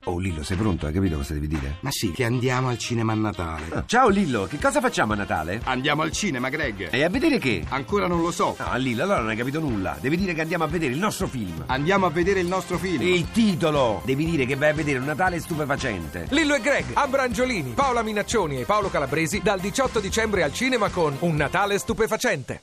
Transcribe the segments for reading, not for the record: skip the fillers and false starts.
Oh Lillo, sei pronto? Hai capito cosa devi dire? Ma sì, che andiamo al cinema a Natale. Ciao Lillo, che cosa facciamo a Natale? Andiamo al cinema, Greg. E a vedere che? Ancora non lo so. No, Lillo, allora non hai capito nulla. Devi dire che andiamo a vedere il nostro film. Andiamo a vedere il nostro film. Il titolo! Devi dire che vai a vedere un Natale stupefacente. Lillo e Greg, Ambra Angiolini, Paola Minaccioni e Paolo Calabresi dal 18 dicembre al cinema con Un Natale stupefacente.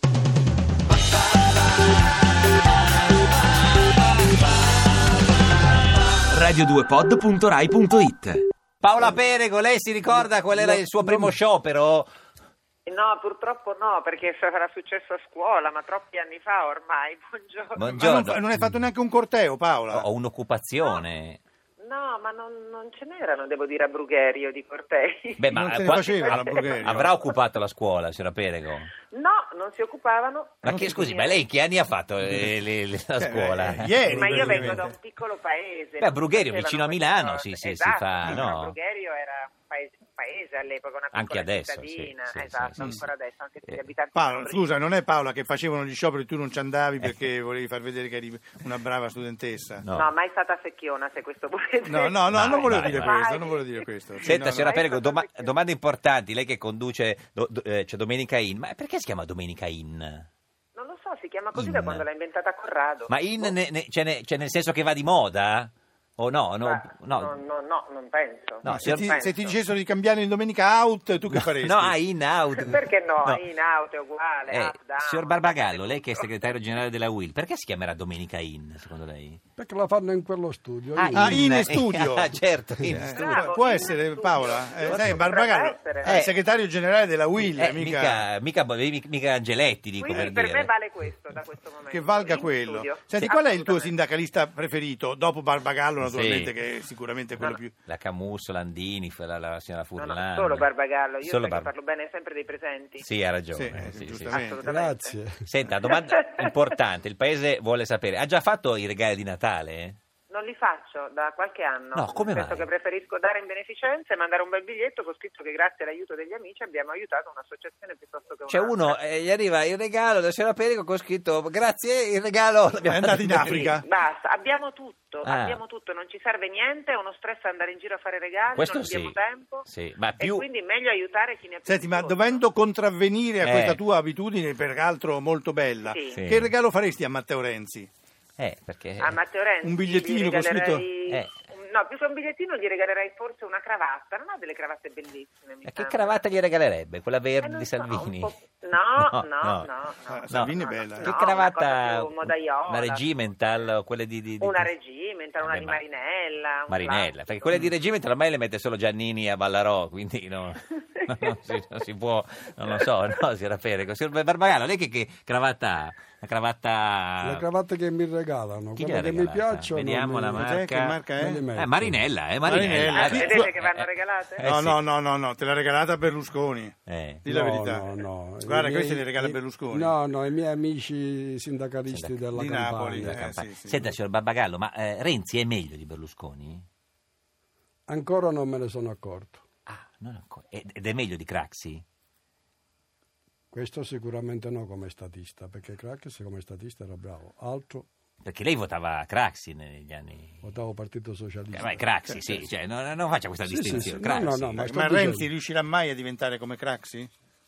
radio2pod.rai.it. Paola Perego, lei si ricorda qual era il suo primo sciopero? No, purtroppo no, perché sarà successo a scuola, ma troppi anni fa ormai. Buongiorno. Buongiorno. Non hai fatto neanche un corteo, Paola? Ho un'occupazione. No, ma non ce n'erano, devo dire, a Brugherio di cortei. Beh, ma Non se ne qua- faceva la Brugherio. avrà occupato la scuola, signora Perego? No, non si occupavano. Ma che scusi, ma lei in che anni ha fatto la scuola? Ieri. Ma io vengo praticamente. da un piccolo paese. Beh, a Brugherio, non vicino a facevano queste Milano, cose. si Esatto, fa, sì, no? ma Brugherio era un paese all'epoca, una Anche piccola adesso, cittadina. sì, Esatto, sì. ancora adesso, anche se gli abitanti Paola, sono scusa, non è Paola che facevano gli scioperi e tu non ci andavi perché volevi far vedere che eri una brava studentessa? No. No, mai stata secchiona, se questo volete. No, Vai, non volevo vai, dire vai. questo, non volevo dire questo. Senta, No, signora no. Perego, domande importanti. Lei che conduce cioè Domenica In, ma perché si chiama Domenica In? Non lo so, si chiama così In. da quando l'ha inventata Corrado. Ma in cioè nel senso che va di moda? O no? Ma No. no, non penso. No, Non Se ti, penso. se ti dicessero di cambiare in domenica out, tu che faresti? No, in, out. Perché no? In out è uguale. Up, down, Signor Barbagallo, lei che è segretario generale della UIL, perché si chiamerà Domenica In, secondo lei? Perché la fanno in quello studio. in studio. Ah, certo, in studio. Bravo, Può in essere studio. Paola? Potrebbe Barbagallo essere. è il segretario generale della UIL, mica Angeletti, dico Quindi per per dire. me vale questo da questo momento. che valga In quello. studio. Senti, Sì, qual è il tuo assolutamente. sindacalista preferito? Dopo Barbagallo, naturalmente, Sì. che è sicuramente quello più... La Camusso, Landini, la signora No, Furlan. solo Barbagallo. Io Solo so che Bar- parlo bene sempre dei presenti. Sì, ha ragione. Sì, sì. giustamente. Assolutamente. Grazie. Senta, domanda importante, il paese vuole sapere, ha già fatto i regali di Natale? Non li faccio da qualche anno. No, come Penso mai? che preferisco dare in beneficenza e mandare un bel biglietto con scritto che grazie all'aiuto degli amici abbiamo aiutato un'associazione piuttosto che Cioè un'altra. uno gli arriva il regalo della signora Perego con scritto grazie, il regalo È andato in Africa. Basta, abbiamo tutto, Ah. non ci serve niente, è uno stress andare in giro a fare regali, Questo non abbiamo sì. tempo. Sì, ma E più quindi è meglio aiutare chi ne ha più Senti, ma bisogno. dovendo contravvenire a questa Eh. tua abitudine, peraltro molto bella, Sì. Sì. che regalo faresti a Matteo Renzi? perché A Matteo Renzi Un bigliettino gli con scritto- regalerei- No, più che un bigliettino gli regalerei forse una cravatta. Non ha delle cravatte bellissime, mi che sembra. cravatta gli regalerebbe? Quella verde Non di so, Salvini? un po'- No. Salvini è bella. Che No, una cravatta? cosa più modaiola. Una regimental o quelle di Una Regimental, una Vabbè, di ma- Marinella. un Marinella, classico. perché quelle di Regimental ormai le mette solo Giannini a Ballarò, quindi non si può, non lo so, no, signora Perego. Signor Barbagallo, lei che cravatta ha? La cravatta... Le cravatte che mi regalano, Chi quelle gliel'ha che mi regalata? piacciono. Vediamo la marca. Che marca è? me le metto. Marinella, Marinella. Ah, Sì. vedete che vanno regalate? Eh, No, sì. no, te l'ha regalata Berlusconi. Di la verità. No. Guarda, I questi miei- li regala Berlusconi. No, i miei amici sindacalisti della Di Napoli, campagna. sì. Senta, signor Barbagallo, ma Renzi è meglio di Berlusconi? Ancora non me ne sono accorto. Ah, non ancora. Ed è meglio di Craxi? Questo sicuramente no come statista, perché Craxi come statista era bravo. Altro, Perché lei votava Craxi negli anni... votavo Partito Socialista. Ma Craxi, sì, cioè, non faccia questa Sì, distinzione. sì. Craxi. No, ma sto Ma dicendo- Renzi riuscirà mai a diventare come Craxi?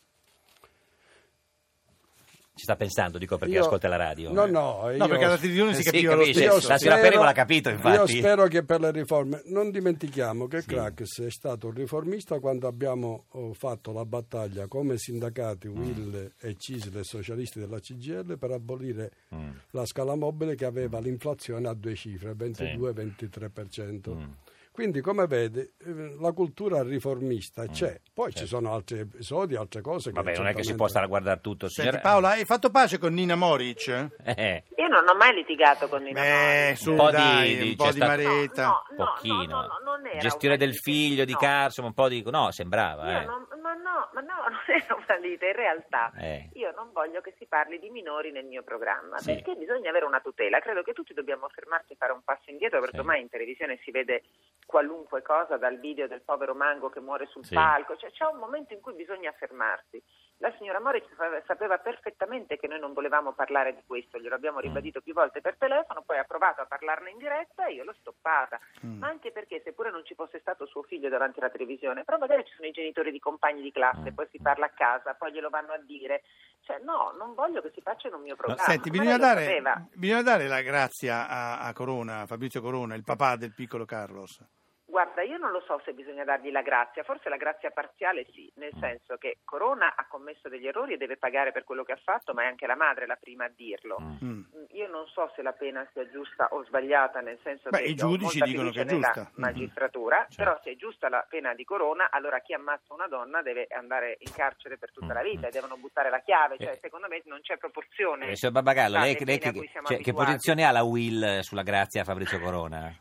Ci sta pensando, dico, perché Io- ascolta la radio. No, No, perché alla televisione si Sì, capiva lo capisce. stesso. La signora Perego l'ha capito, infatti. Io spero che per le riforme non dimentichiamo che Craxi è stato un riformista quando abbiamo fatto la battaglia come sindacati UIL e CISL e socialisti della CGIL per abolire la scala mobile che aveva l'inflazione a due cifre, 22-23%. Quindi, come vede, la cultura riformista c'è. Poi ci sono altri episodi, altre cose. Vabbè, non è che si certamente- può stare a guardare tutto. Senti, Signora... Paola, hai fatto pace con Nina Moric? Io non ho mai litigato con Nina Mori. Su, Un po' dai, di- un po' c'è di stato- maretta. No, Pochino. non era Gestione una del lite. figlio di No. Carso, un po' di... No, sembrava, Io ma no, non era una lite, in realtà io non voglio che si parli di minori nel mio programma, Sì. perché bisogna avere una tutela. Credo che tutti dobbiamo fermarci e fare un passo indietro, perché Sì. ormai in televisione si vede qualunque cosa, dal video del povero Mango che muore sul Sì. palco, cioè c'è un momento in cui bisogna fermarsi. La signora Mori sapeva perfettamente che noi non volevamo parlare di questo, glielo abbiamo ribadito più volte per telefono, poi ha provato a parlarne in diretta e io l'ho stoppata. Ma anche perché seppure non ci fosse stato suo figlio davanti alla televisione, però magari ci sono i genitori di compagni di classe, poi si parla a casa, poi glielo vanno a dire. Cioè no, non voglio che si faccia in un mio programma. Senti, bisogna dare la grazia a Corona, a Fabrizio Corona, il papà del piccolo Carlos. Guarda, io non lo so se bisogna dargli la grazia, forse la grazia parziale sì, nel senso che Corona ha commesso degli errori e deve pagare per quello che ha fatto, ma è anche la madre la prima a dirlo. Io non so se la pena sia giusta o sbagliata, nel senso che i giudici dicono che è giusta. Magistratura, però se è giusta la pena di Corona, allora chi ammazza una donna deve andare in carcere per tutta la vita e devono buttare la chiave, cioè secondo me non c'è proporzione. Signor Barbagallo, lei che posizione ha la UIL sulla grazia a Fabrizio Corona?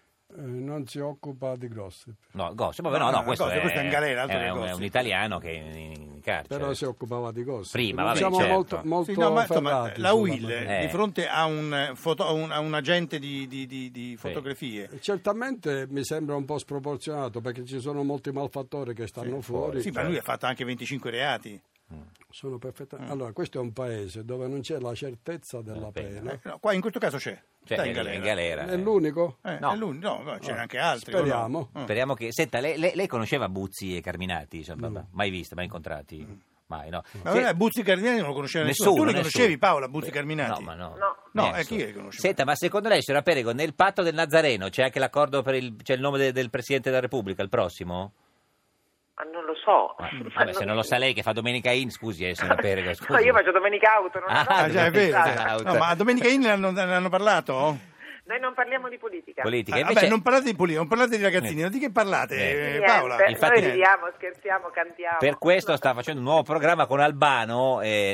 Non si occupa di gossip. No, gossip, no, questo è in galera, è un italiano che è in carcere. Però si occupava di gossip. Prima, vabbè, siamo certo. molto ma la UIL di fronte a un agente di fotografie. Certamente mi sembra un po' sproporzionato, perché ci sono molti malfattori che stanno fuori. Sì, ma lui ha fatto anche 25 reati. Sono perfettamente. Allora, questo è un paese dove non c'è la certezza della pena. No, qua in questo caso c'è. Cioè, in galera. È l'unico? No. È l'unico. No, c'è anche altri. Speriamo. Speriamo che. Senta, lei conosceva Buzzi e Carminati? Insomma, mai visti, mai incontrati? Mai, no. Ma Buzzi e Carminati non lo conosceva nessuno. Tu li conoscevi, Paola, Buzzi e Carminati? No, ma no. No, chi li conosceva? Senta, ma secondo lei, signora Perego, nel patto del Nazareno c'è anche l'accordo c'è il nome del Presidente della Repubblica, il prossimo? Non lo so. Vabbè, se non lo sa lei che fa Domenica In, scusi, signora Perego. No, io faccio Domenica Auto. Già, è vero. No, ma a Domenica In ne hanno parlato? Noi non parliamo di politica. Invece... Vabbè, non parlate di politica, non parlate di ragazzini, di che parlate, Paola? Infatti, noi ridiamo, scherziamo, cantiamo. Per questo sta facendo un nuovo programma con Albano, così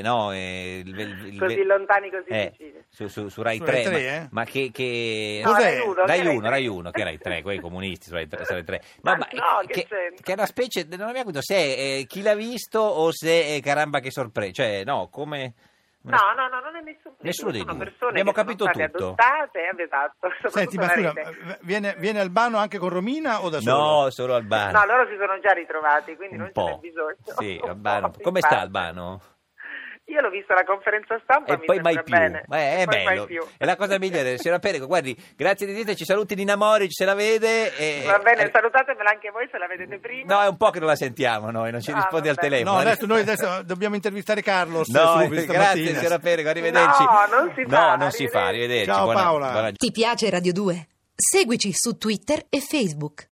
lontani, così vicini. Su Rai 3, ma che cos'è? Rai 1, che Rai 3, quei comunisti su Rai 3. Che è una specie, non abbiamo capito se è chi l'ha visto o se è caramba che sorpresa, cioè no, come... No, non è nessuno di sono noi. persone Abbiamo che capito sono state tutto. adottate, esatto. Senti, ma scusa, viene Albano anche con Romina o da solo? No, solo Albano. No, loro si sono già ritrovati, quindi non ce n'è bisogno. Sì, Albano. Come sta Albano? Io l'ho visto alla conferenza stampa e poi mai più. Bene. È bello, è la cosa migliore. Signora Perego, guardi, grazie di niente, ci saluti Nina Moric se la vede. Va bene, salutatemela anche voi se la vedete prima. No, è un po' che non la sentiamo noi, non ci risponde al telefono. No, adesso dobbiamo intervistare Carlos. Grazie signora Perego, arrivederci. No, non si fa. Arrivederci. Ciao Paola. Ti piace Radio 2? Seguici su Twitter e Facebook.